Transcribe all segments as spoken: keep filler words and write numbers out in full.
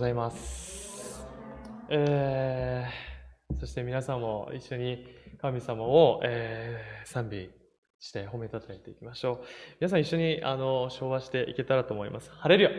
ざいます。えー、そして皆さんも一緒に神様を、えー、賛美して褒めたたえていきましょう。皆さん一緒にあの唱和していけたらと思います。ハレルヤ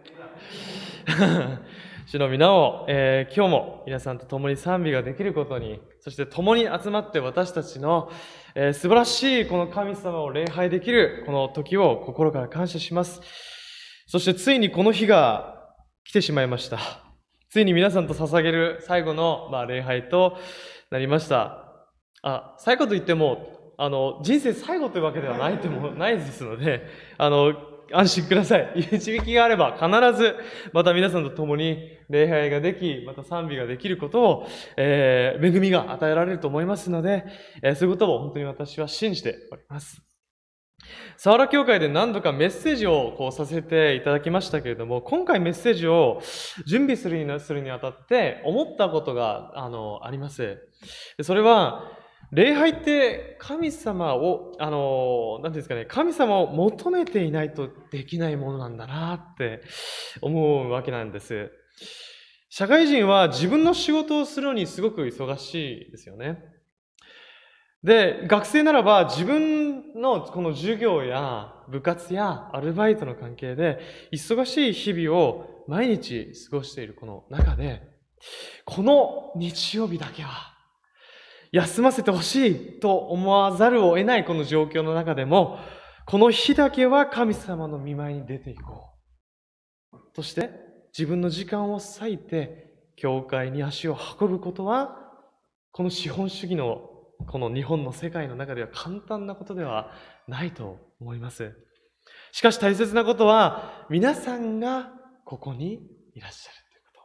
主の皆を、えー、今日も皆さんと共に賛美ができることに、そして共に集まって私たちの、えー、素晴らしいこの神様を礼拝できるこの時を心から感謝します。そしてついにこの日が来てしまいました。ついに皆さんと捧げる最後の、まあ、礼拝となりました。あ、最後といっても、あの、人生最後というわけではないとも、ないですので、あの、安心ください。導きがあれば必ずまた皆さんと共に礼拝ができ、また賛美ができることを、えー、恵みが与えられると思いますので、えー、そういうことを本当に私は信じております。佐原教会で何度かメッセージをこうさせていただきましたけれども、今回メッセージを準備するにするにあたって思ったことがあのあります。それは、礼拝って神様を、あの、なんていうんですかね、神様を求めていないとできないものなんだなって思うわけなんです。社会人は自分の仕事をするのにすごく忙しいですよね。で、学生ならば自分のこの授業や部活やアルバイトの関係で忙しい日々を毎日過ごしているこの中で、この日曜日だけは休ませてほしいと思わざるを得ないこの状況の中でも、この日だけは神様の御前に出ていこう。そして自分の時間を割いて教会に足を運ぶことは、この資本主義のこの日本の世界の中では簡単なことではないと思います。しかし大切なことは、皆さんがここにいらっしゃるということ。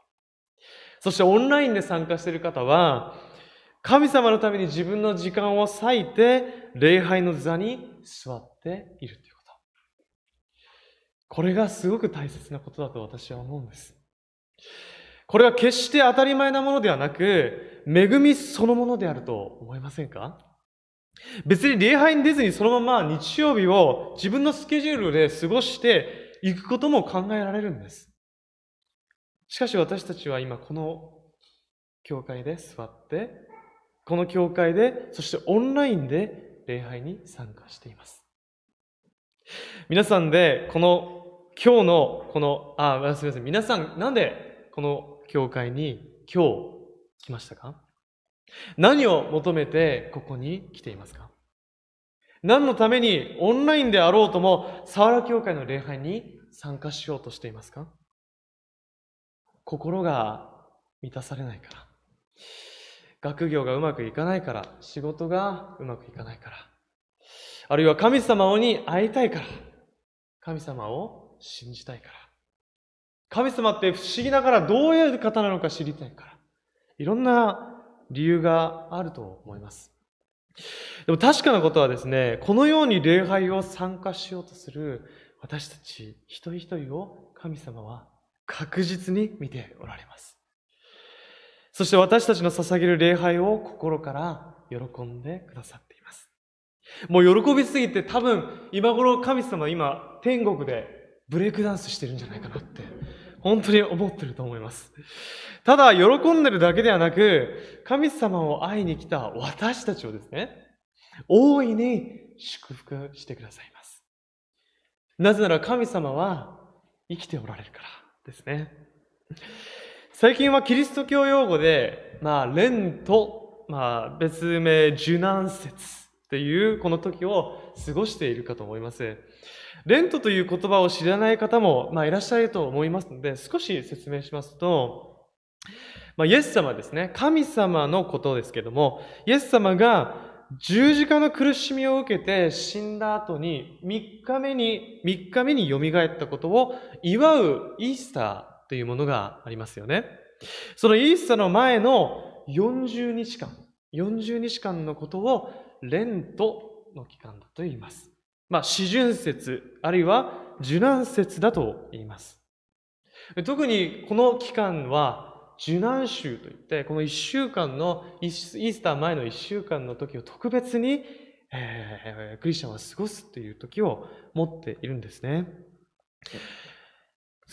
そしてオンラインで参加している方は、神様のために自分の時間を割いて礼拝の座に座っているということ。これがすごく大切なことだと私は思うんです。これは決して当たり前なものではなく、恵みそのものであると思いませんか？別に礼拝に出ずにそのまま日曜日を自分のスケジュールで過ごしていくことも考えられるんです。しかし私たちは今この教会で座って、この教会で、そしてオンラインで礼拝に参加しています。皆さんでこの今日のこの、あ、すみません。皆さんなんでこの教会に今日来ましたか？何を求めてここに来ていますか？何のためにオンラインであろうとも佐原教会の礼拝に参加しようとしていますか？心が満たされないから、学業がうまくいかないから、仕事がうまくいかないから、あるいは神様に会いたいから、神様を信じたいから、神様って不思議ながらどういう方なのか知りたいから、いろんな理由があると思います。でも確かなことはですね、このように礼拝を参加しようとする私たち一人一人を神様は確実に見ておられます。そして私たちの捧げる礼拝を心から喜んでくださっています。もう喜びすぎて多分今頃神様今天国でブレイクダンスしてるんじゃないかなって本当に思ってると思います。ただ喜んでるだけではなく、神様を会いに来た私たちをですね、大いに祝福してくださいます。なぜなら神様は生きておられるからですね。最近はキリスト教用語で、まあ、レント、まあ、別名、受難節というこの時を過ごしているかと思います。レントという言葉を知らない方も、まあ、いらっしゃると思いますので、少し説明しますと、まあ、イエス様ですね。神様のことですけども、イエス様が十字架の苦しみを受けて死んだ後にみっかめに、みっかめに蘇ったことを祝うイースターというものがありますよね。そのイースターの前のよんじゅうにちかん、よんじゅうにちかんのことをレントの期間だと言います。まあ、四旬節、あるいは受難節だと言います。特にこの期間は受難週といって、このいっしゅうかんの、イースター前のいっしゅうかんの時を特別に、えー、クリスチャンは過ごすという時を持っているんですね。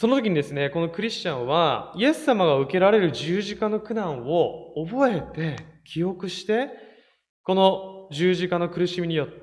その時にですね、このクリスチャンは、イエス様が受けられる十字架の苦難を覚えて、記憶して、この十字架の苦しみによって、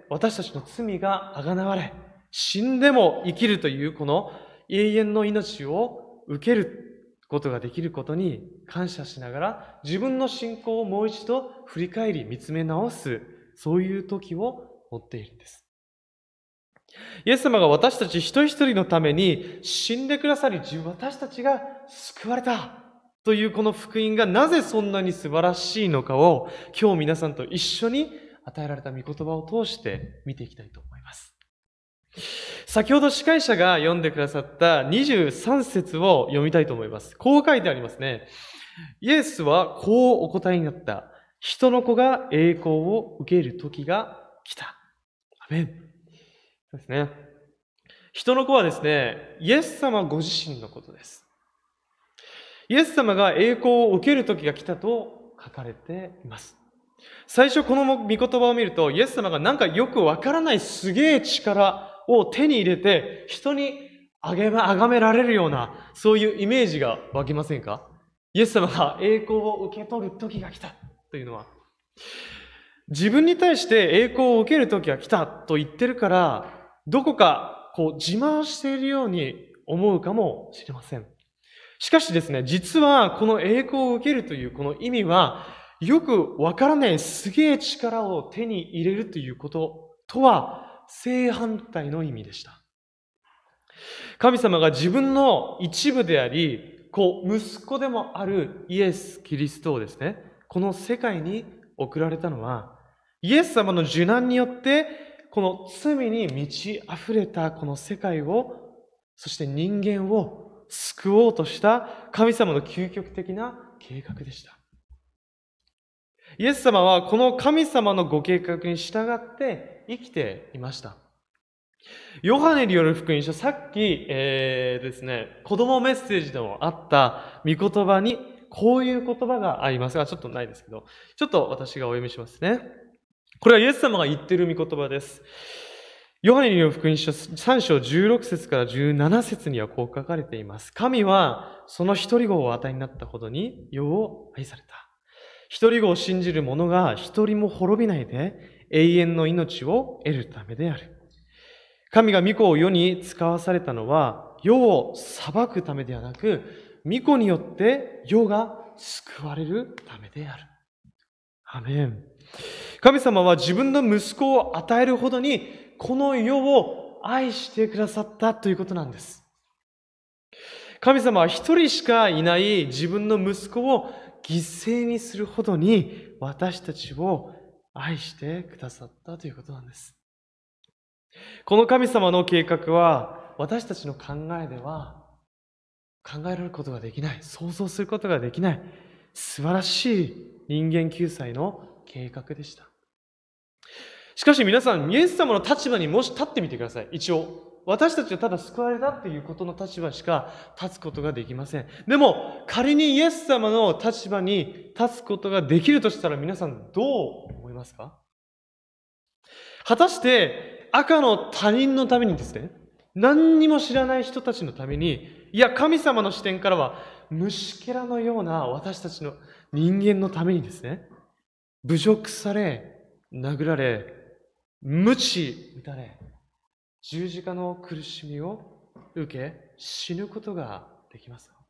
私たちの罪があがなわれ、死んでも生きるというこの永遠の命を受けることができることに感謝しながら、自分の信仰をもう一度振り返り見つめ直す、そういう時を持っているんです。イエス様が私たち一人一人のために死んでくださり、私たちが救われたというこの福音がなぜそんなに素晴らしいのかを、今日皆さんと一緒に与えられた御言葉を通して見ていきたいと思います。先ほど司会者が読んでくださったにじゅうさん節を読みたいと思います。こう書いてありますね。イエスはこうお答えになった。人の子が栄光を受ける時が来た。アメン。そうですね。人の子はですね、イエス様ご自身のことです。イエス様が栄光を受ける時が来たと書かれています。最初この御言葉を見ると、イエス様がなんかよくわからないすげえ力を手に入れて、人にあげま、あがめられるような、そういうイメージが湧きませんか？イエス様が栄光を受け取る時が来たというのは、自分に対して栄光を受ける時が来たと言ってるから、どこかこう自慢しているように思うかもしれません。しかしですね、実はこの栄光を受けるというこの意味は、よくわからないすげえ力を手に入れるということとは正反対の意味でした。神様が自分の一部であり、こう息子でもあるイエス・キリストをですね、この世界に送られたのは、イエス様の受難によって、この罪に満ち溢れたこの世界を、そして人間を救おうとした神様の究極的な計画でした。イエス様はこの神様のご計画に従って生きていました。ヨハネによる福音書、さっき、えー、ですね、子供メッセージでもあった御言葉にこういう言葉がありますが、ちょっとないですけど、ちょっと私がお読みしますね。これはイエス様が言っている御言葉です。ヨハネによる福音書さん章じゅうろく節からじゅうなな節にはこう書かれています。神はその一人子をお与えになったほどに世を愛された。一人子を信じる者が一人も滅びないで永遠の命を得るためである。神が御子を世に使わされたのは世を裁くためではなく、御子によって世が救われるためである。アメン。神様は自分の息子を与えるほどにこの世を愛してくださったということなんです。神様は一人しかいない自分の息子を犠牲にするほどに私たちを愛してくださったということなんです。この神様の計画は私たちの考えでは考えられることができない、想像することができない素晴らしい人間救済の計画でした。しかし皆さん、イエス様の立場にもし立ってみてください。一応私たちはただ救われたっていうことの立場しか立つことができません。でも仮にイエス様の立場に立つことができるとしたら皆さんどう思いますか？果たして赤の他人のためにですね、何にも知らない人たちのために、いや神様の視点からは虫けらのような私たちの人間のためにですね、侮辱され、殴られ、鞭打たれ、十字架の苦しみを受け死ぬことができますか？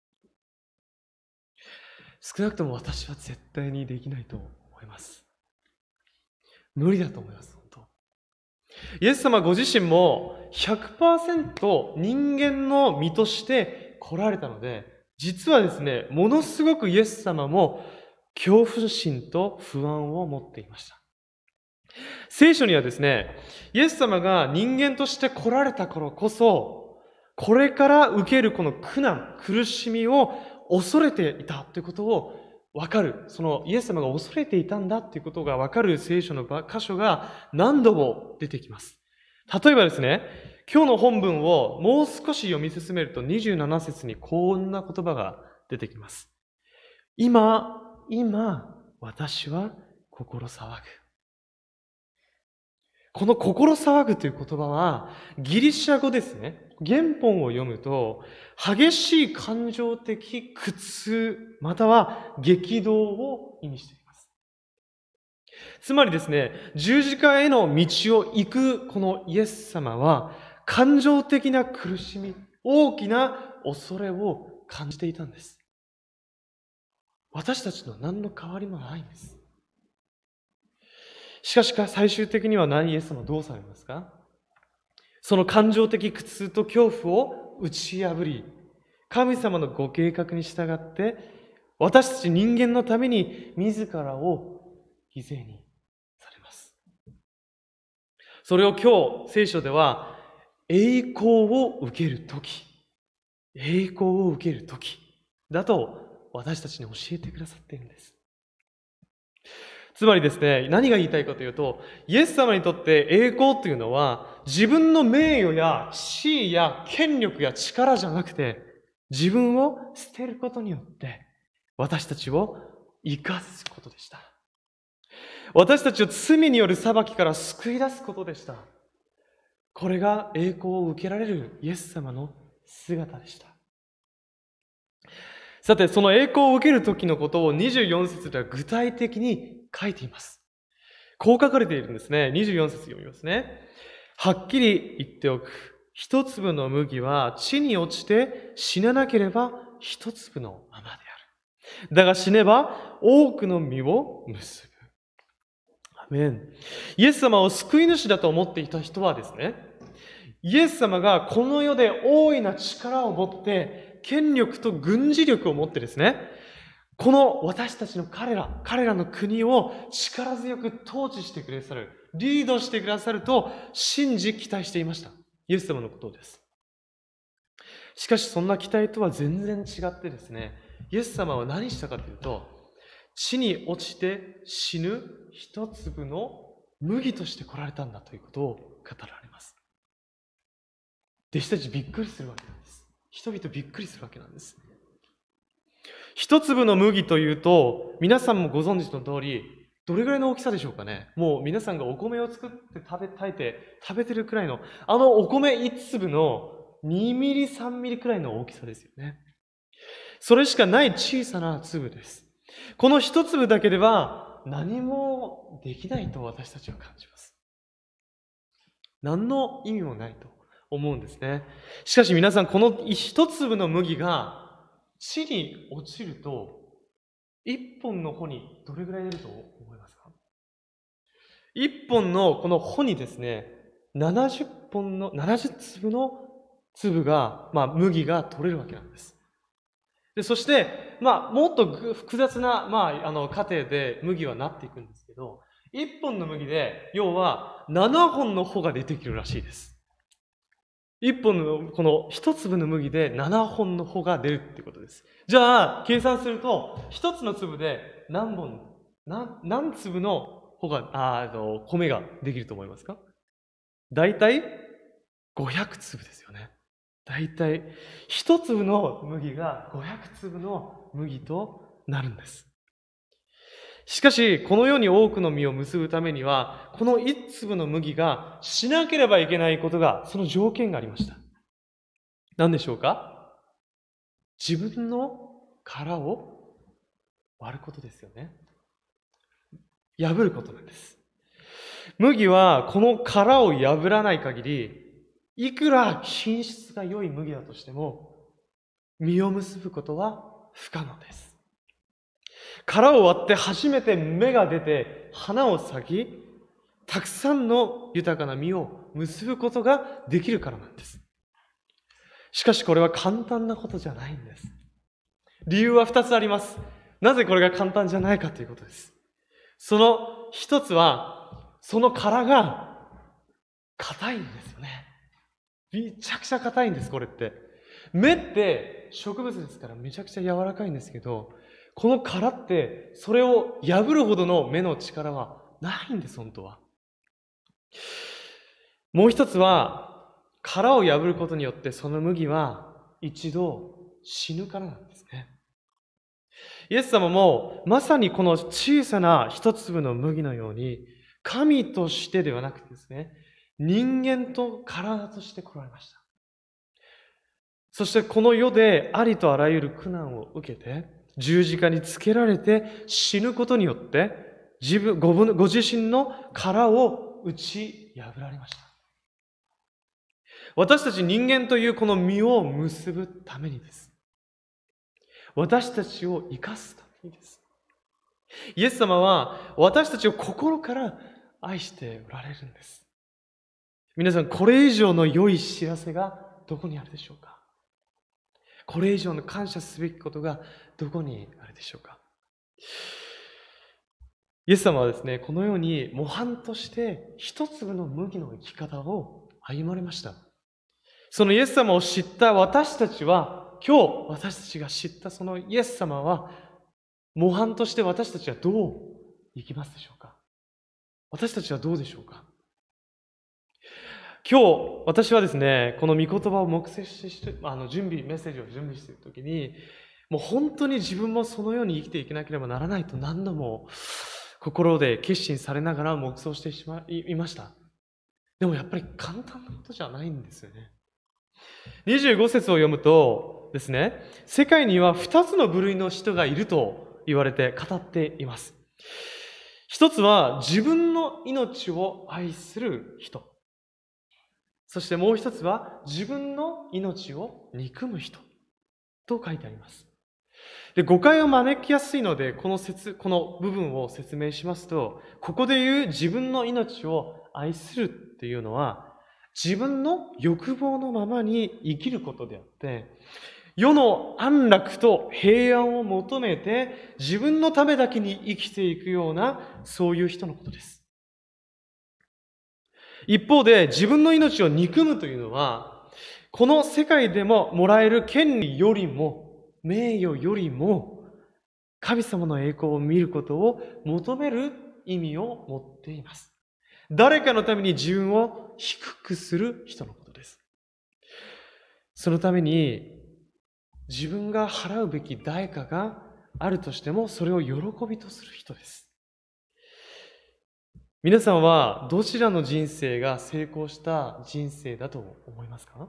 少なくとも私は絶対にできないと思います。無理だと思います。本当。イエス様ご自身も ひゃくパーセント 人間の身として来られたので、実はですね、ものすごくイエス様も恐怖心と不安を持っていました。聖書にはですね、イエス様が人間として来られた頃こそ、これから受けるこの苦難、苦しみを恐れていたということを分かる。そのイエス様が恐れていたんだということが分かる聖書の箇所が何度も出てきます。例えばですね、今日の本文をもう少し読み進めるとにじゅうなな節にこんな言葉が出てきます。今、今、私は心騒ぐ。 この心騒ぐという言葉は、ギリシャ語ですね。原本を読むと、激しい感情的苦痛、または激動を意味しています。つまりですね、十字架への道を行くこのイエス様は、感情的な苦しみ、大きな恐れを感じていたんです。私たちの何の変わりもないんです。しかし最終的には何イエス様はどうされますか？その感情的苦痛と恐怖を打ち破り、神様のご計画に従って、私たち人間のために自らを犠牲にされます。それを今日聖書では栄光を受けるとき、栄光を受けるときだと私たちに教えてくださっているんです。つまりですね、何が言いたいかというと、イエス様にとって栄光というのは、自分の名誉や地位や権力や力じゃなくて、自分を捨てることによって、私たちを生かすことでした。私たちを罪による裁きから救い出すことでした。これが栄光を受けられるイエス様の姿でした。さて、その栄光を受ける時のことをにじゅうよん節では具体的に書いています。こう書かれているんですね。にじゅうよん節読みますね。はっきり言っておく。一粒の麦は地に落ちて死ななければ一粒のままである。だが死ねば多くの実を結ぶ。アメン。イエス様を救い主だと思っていた人はですね、イエス様がこの世で大いな力を持って、権力と軍事力を持ってですね、この私たちの彼ら、彼らの国を力強く統治してくださる、リードしてくださると信じ期待していました。イエス様のことです。しかしそんな期待とは全然違ってですね、イエス様は何したかというと、地に落ちて死ぬ一粒の麦として来られたんだということを語られます。弟子たちびっくりするわけなんです。人々びっくりするわけなんです。一粒の麦というと、皆さんもご存知の通り、どれぐらいの大きさでしょうかね。もう皆さんがお米を作って食べ、炊いて食べてるくらいの、あのお米一粒のにミリ、さんミリくらいの大きさですよね。それしかない小さな粒です。この一粒だけでは何もできないと私たちは感じます。何の意味もないと思うんですね。しかし皆さん、この一粒の麦が地に落ちると、一本の穂にどれぐらい出ると思いますか？一本のこの穂にですね、ななじゅっぽんの、ななじゅう粒の粒が、まあ麦が取れるわけなんです。で、そして、まあもっと複雑な、まああの過程で麦はなっていくんですけど、一本の麦で、要はななほんの穂が出てくるらしいです。一本の、この一粒の麦でななほんの穂が出るっていうことです。じゃあ、計算すると、一つの粒で何本、何、何粒の穂が、あ、あの、米ができると思いますか？だいたいごひゃく粒ですよね。だいたい一粒の麦がごひゃく粒の麦となるんです。しかし、この世に多くの実を結ぶためには、この一粒の麦がしなければいけないことが、その条件がありました。何でしょうか？自分の殻を割ることですよね。破ることなんです。麦はこの殻を破らない限り、いくら品質が良い麦だとしても、実を結ぶことは不可能です。殻を割って初めて芽が出て花を咲き、たくさんの豊かな実を結ぶことができるからなんです。しかしこれは簡単なことじゃないんです。理由は二つあります。なぜこれが簡単じゃないかということです。その一つは、その殻が硬いんですよね。めちゃくちゃ硬いんです、これって。芽って植物ですからめちゃくちゃ柔らかいんですけど、この殻ってそれを破るほどの芽の力はないんです、本当は。もう一つは、殻を破ることによってその麦は一度死ぬからなんですね。イエス様もまさにこの小さな一粒の麦のように、 神としてではなくてですね、人間と体として来られました。そしてこの世でありとあらゆる苦難を受けて、十字架につけられて死ぬことによって、自分、ご分、ご自身の殻を打ち破られました。私たち人間というこの実を結ぶためにです。私たちを生かすためにです。イエス様は私たちを心から愛しておられるんです。皆さん、これ以上の良い知らせがどこにあるでしょうか？これ以上の感謝すべきことがどこにあるでしょうか？イエス様はですね、このように模範として一粒の麦の生き方を歩まれました。そのイエス様を知った私たちは、今日私たちが知ったそのイエス様は、模範として私たちはどう生きますでしょうか？私たちはどうでしょうか？今日、私はですね、この御言葉を目視して、あの準備、メッセージを準備しているときに、もう本当に自分もそのように生きていけなければならないと何度も心で決心されながら黙想してしまいました。でもやっぱり簡単なことじゃないんですよね。にじゅうご節を読むとですね、世界にはふたつの部類の人がいると言われて語っています。一つは自分の命を愛する人。そしてもう一つは自分の命を憎む人と書いてあります。で、誤解を招きやすいので、この説、この部分を説明しますと、ここで言う自分の命を愛するっていうのは、自分の欲望のままに生きることであって、世の安楽と平安を求めて、自分のためだけに生きていくような、そういう人のことです。一方で、自分の命を憎むというのは、この世界でももらえる権利よりも、名誉よりも、神様の栄光を見ることを求める意味を持っています。誰かのために自分を低くする人のことです。そのために、自分が払うべき代価があるとしても、それを喜びとする人です。皆さんはどちらの人生が成功した人生だと思いますか？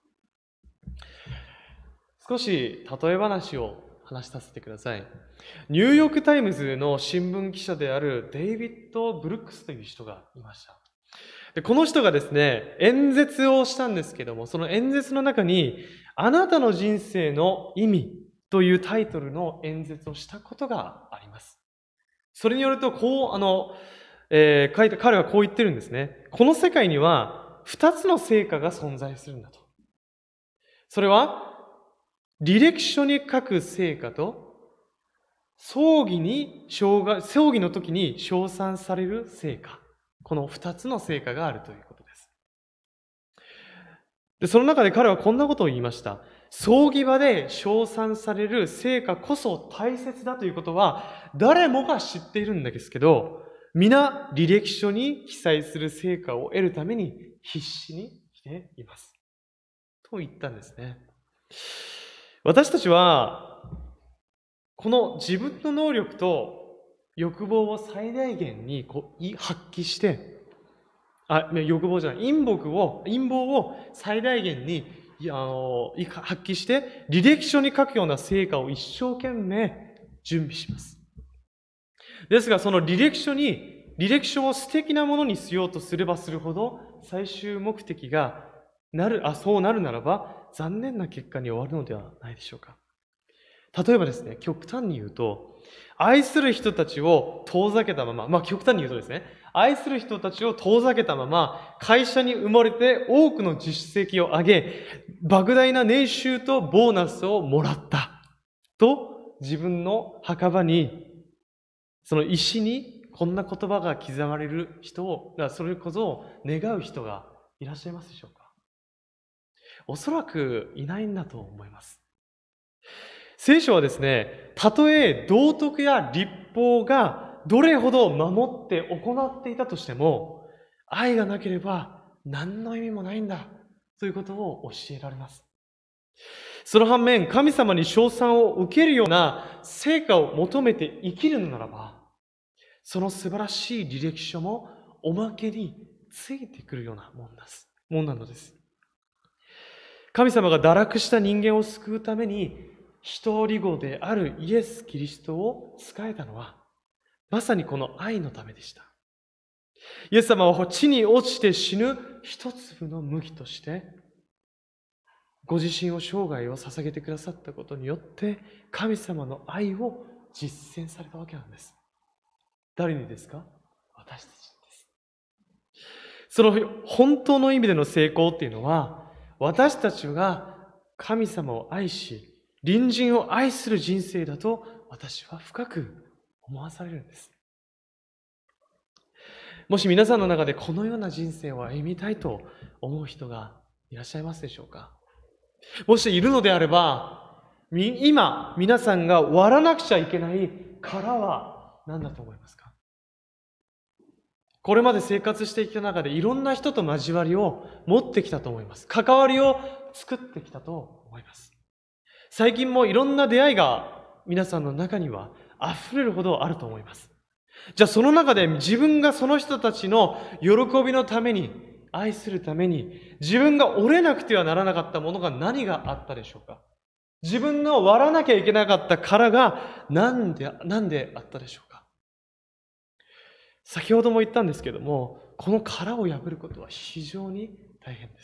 少し例え話を話させてください。ニューヨークタイムズの新聞記者であるデイビッド・ブルックスという人がいました。で、この人がですね、演説をしたんですけども、その演説の中に、あなたの人生の意味というタイトルの演説をしたことがあります。それによると、こう、あの、えー、書いて、彼はこう言ってるんですね。この世界には二つの成果が存在するんだと。それは、履歴書に書く成果と、葬儀に、葬儀の時に称賛される成果。この二つの成果があるということです。で、その中で彼はこんなことを言いました。葬儀場で称賛される成果こそ大切だということは、誰もが知っているんですけど、皆履歴書に記載する成果を得るために必死にしています。と言ったんですね。私たちは、この自分の能力と欲望を最大限にこう発揮して、あ、欲望じゃない、陰謀を、陰謀を最大限にあの発揮して、履歴書に書くような成果を一生懸命準備します。ですが、その履歴書に、履歴書を素敵なものにしようとすればするほど、最終目的がなる、あ、そうなるならば、残念な結果に終わるのではないでしょうか。例えばですね、極端に言うと、愛する人たちを遠ざけたまま、まあ極端に言うとですね、愛する人たちを遠ざけたまま、会社に埋もれて多くの実績を上げ、莫大な年収とボーナスをもらった。と、自分の墓場に、その石にこんな言葉が刻まれる人を、それこそ願う人がいらっしゃいますでしょうか？おそらくいないんだと思います。聖書はですね、たとえ道徳や律法がどれほど守って行っていたとしても、愛がなければ何の意味もないんだということを教えられます。その反面、神様に称賛を受けるような成果を求めて生きるのならば、その素晴らしい履歴書もおまけについてくるようなもんです。もんなのです。神様が堕落した人間を救うために、一人子であるイエス・キリストを仕えたのは、まさにこの愛のためでした。イエス様は地に落ちて死ぬ一粒の麦として、ご自身を生涯を捧げてくださったことによって、神様の愛を実践されたわけなんです。誰にですか？私たちにです。その本当の意味での成功っていうのは、私たちが神様を愛し、隣人を愛する人生だと私は深く思わされるんです。もし皆さんの中でこのような人生を歩みたいと思う人がいらっしゃいますでしょうか？もしいるのであれば、今皆さんが割らなくちゃいけない殻は何だと思いますか？これまで生活してきた中でいろんな人と交わりを持ってきたと思います。関わりを作ってきたと思います。最近もいろんな出会いが皆さんの中には溢れるほどあると思います。じゃあその中で自分がその人たちの喜びのために、愛するために、自分が折れなくてはならなかったものが何があったでしょうか？自分の割らなきゃいけなかった殻が何で、何であったでしょうか？先ほども言ったんですけども、この殻を破ることは非常に大変です。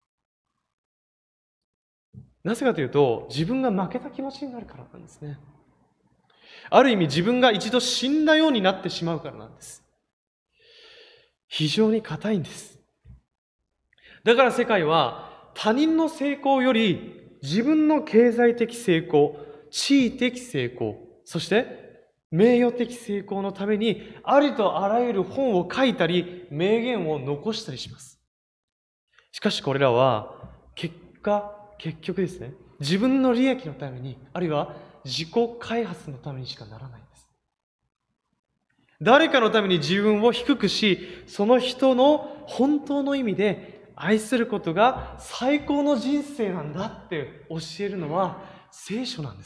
なぜかというと、自分が負けた気持ちになるからなんですね。ある意味自分が一度死んだようになってしまうからなんです。非常に硬いんです。だから世界は他人の成功より自分の経済的成功、地位的成功、そして名誉的成功のためにありとあらゆる本を書いたり名言を残したりします。しかしこれらは結果、結局ですね、自分の利益のために、あるいは自己開発のためにしかならないんです。誰かのために自分を低くし、その人の本当の意味で愛することが最高の人生なんだって教えるのは聖書なんです。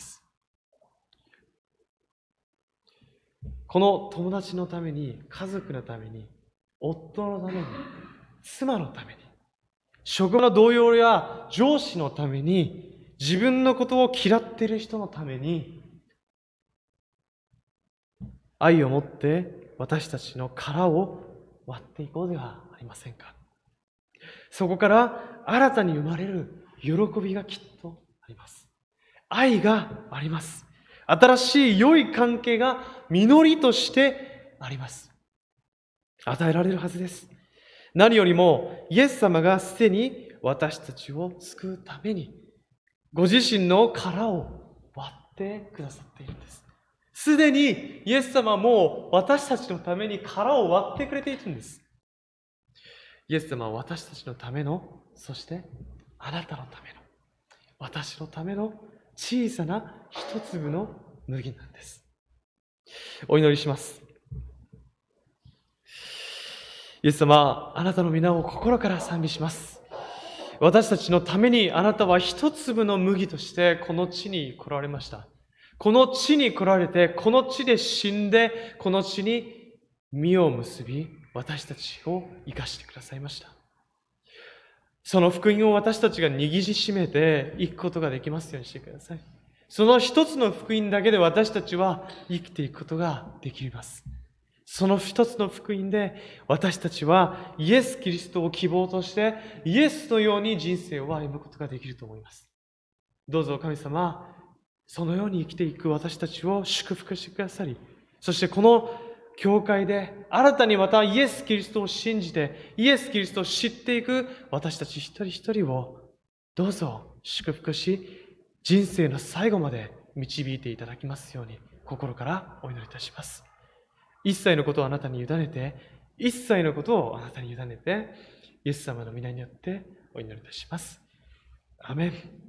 この友達のために、家族のために、夫のために、妻のために、職場の同僚や上司のために、自分のことを嫌っている人のために、愛を持って私たちの殻を割っていこうではありませんか。そこから新たに生まれる喜びがきっとあります。愛があります。新しい良い関係が実りとしてあります。与えられるはずです。何よりもイエス様がすでに私たちを救うためにご自身の殻を割ってくださっているんです。すでにイエス様はもう私たちのために殻を割ってくれているんです。イエス様は私たちのための、そしてあなたのための、私のための小さな一粒の麦なんです。お祈りします。イエス様、あなたの皆を心から賛美します。私たちのためにあなたは一粒の麦としてこの地に来られました。この地に来られて、この地で死んで、この地に実を結び、私たちを生かしてくださいました。その福音を私たちが握りしめていくことができますようにしてください。その一つの福音だけで私たちは生きていくことができます。その一つの福音で私たちはイエス・キリストを希望としてイエスのように人生を歩むことができると思います。どうぞ神様、そのように生きていく私たちを祝福してくださり、そしてこの教会で新たにまたイエス・キリストを信じてイエス・キリストを知っていく私たち一人一人をどうぞ祝福し、人生の最後まで導いていただきますように心からお祈りいたします。一切のことをあなたに委ねて、一切のことをあなたに委ねて、イエス様の皆によってお祈りいたします。アメン。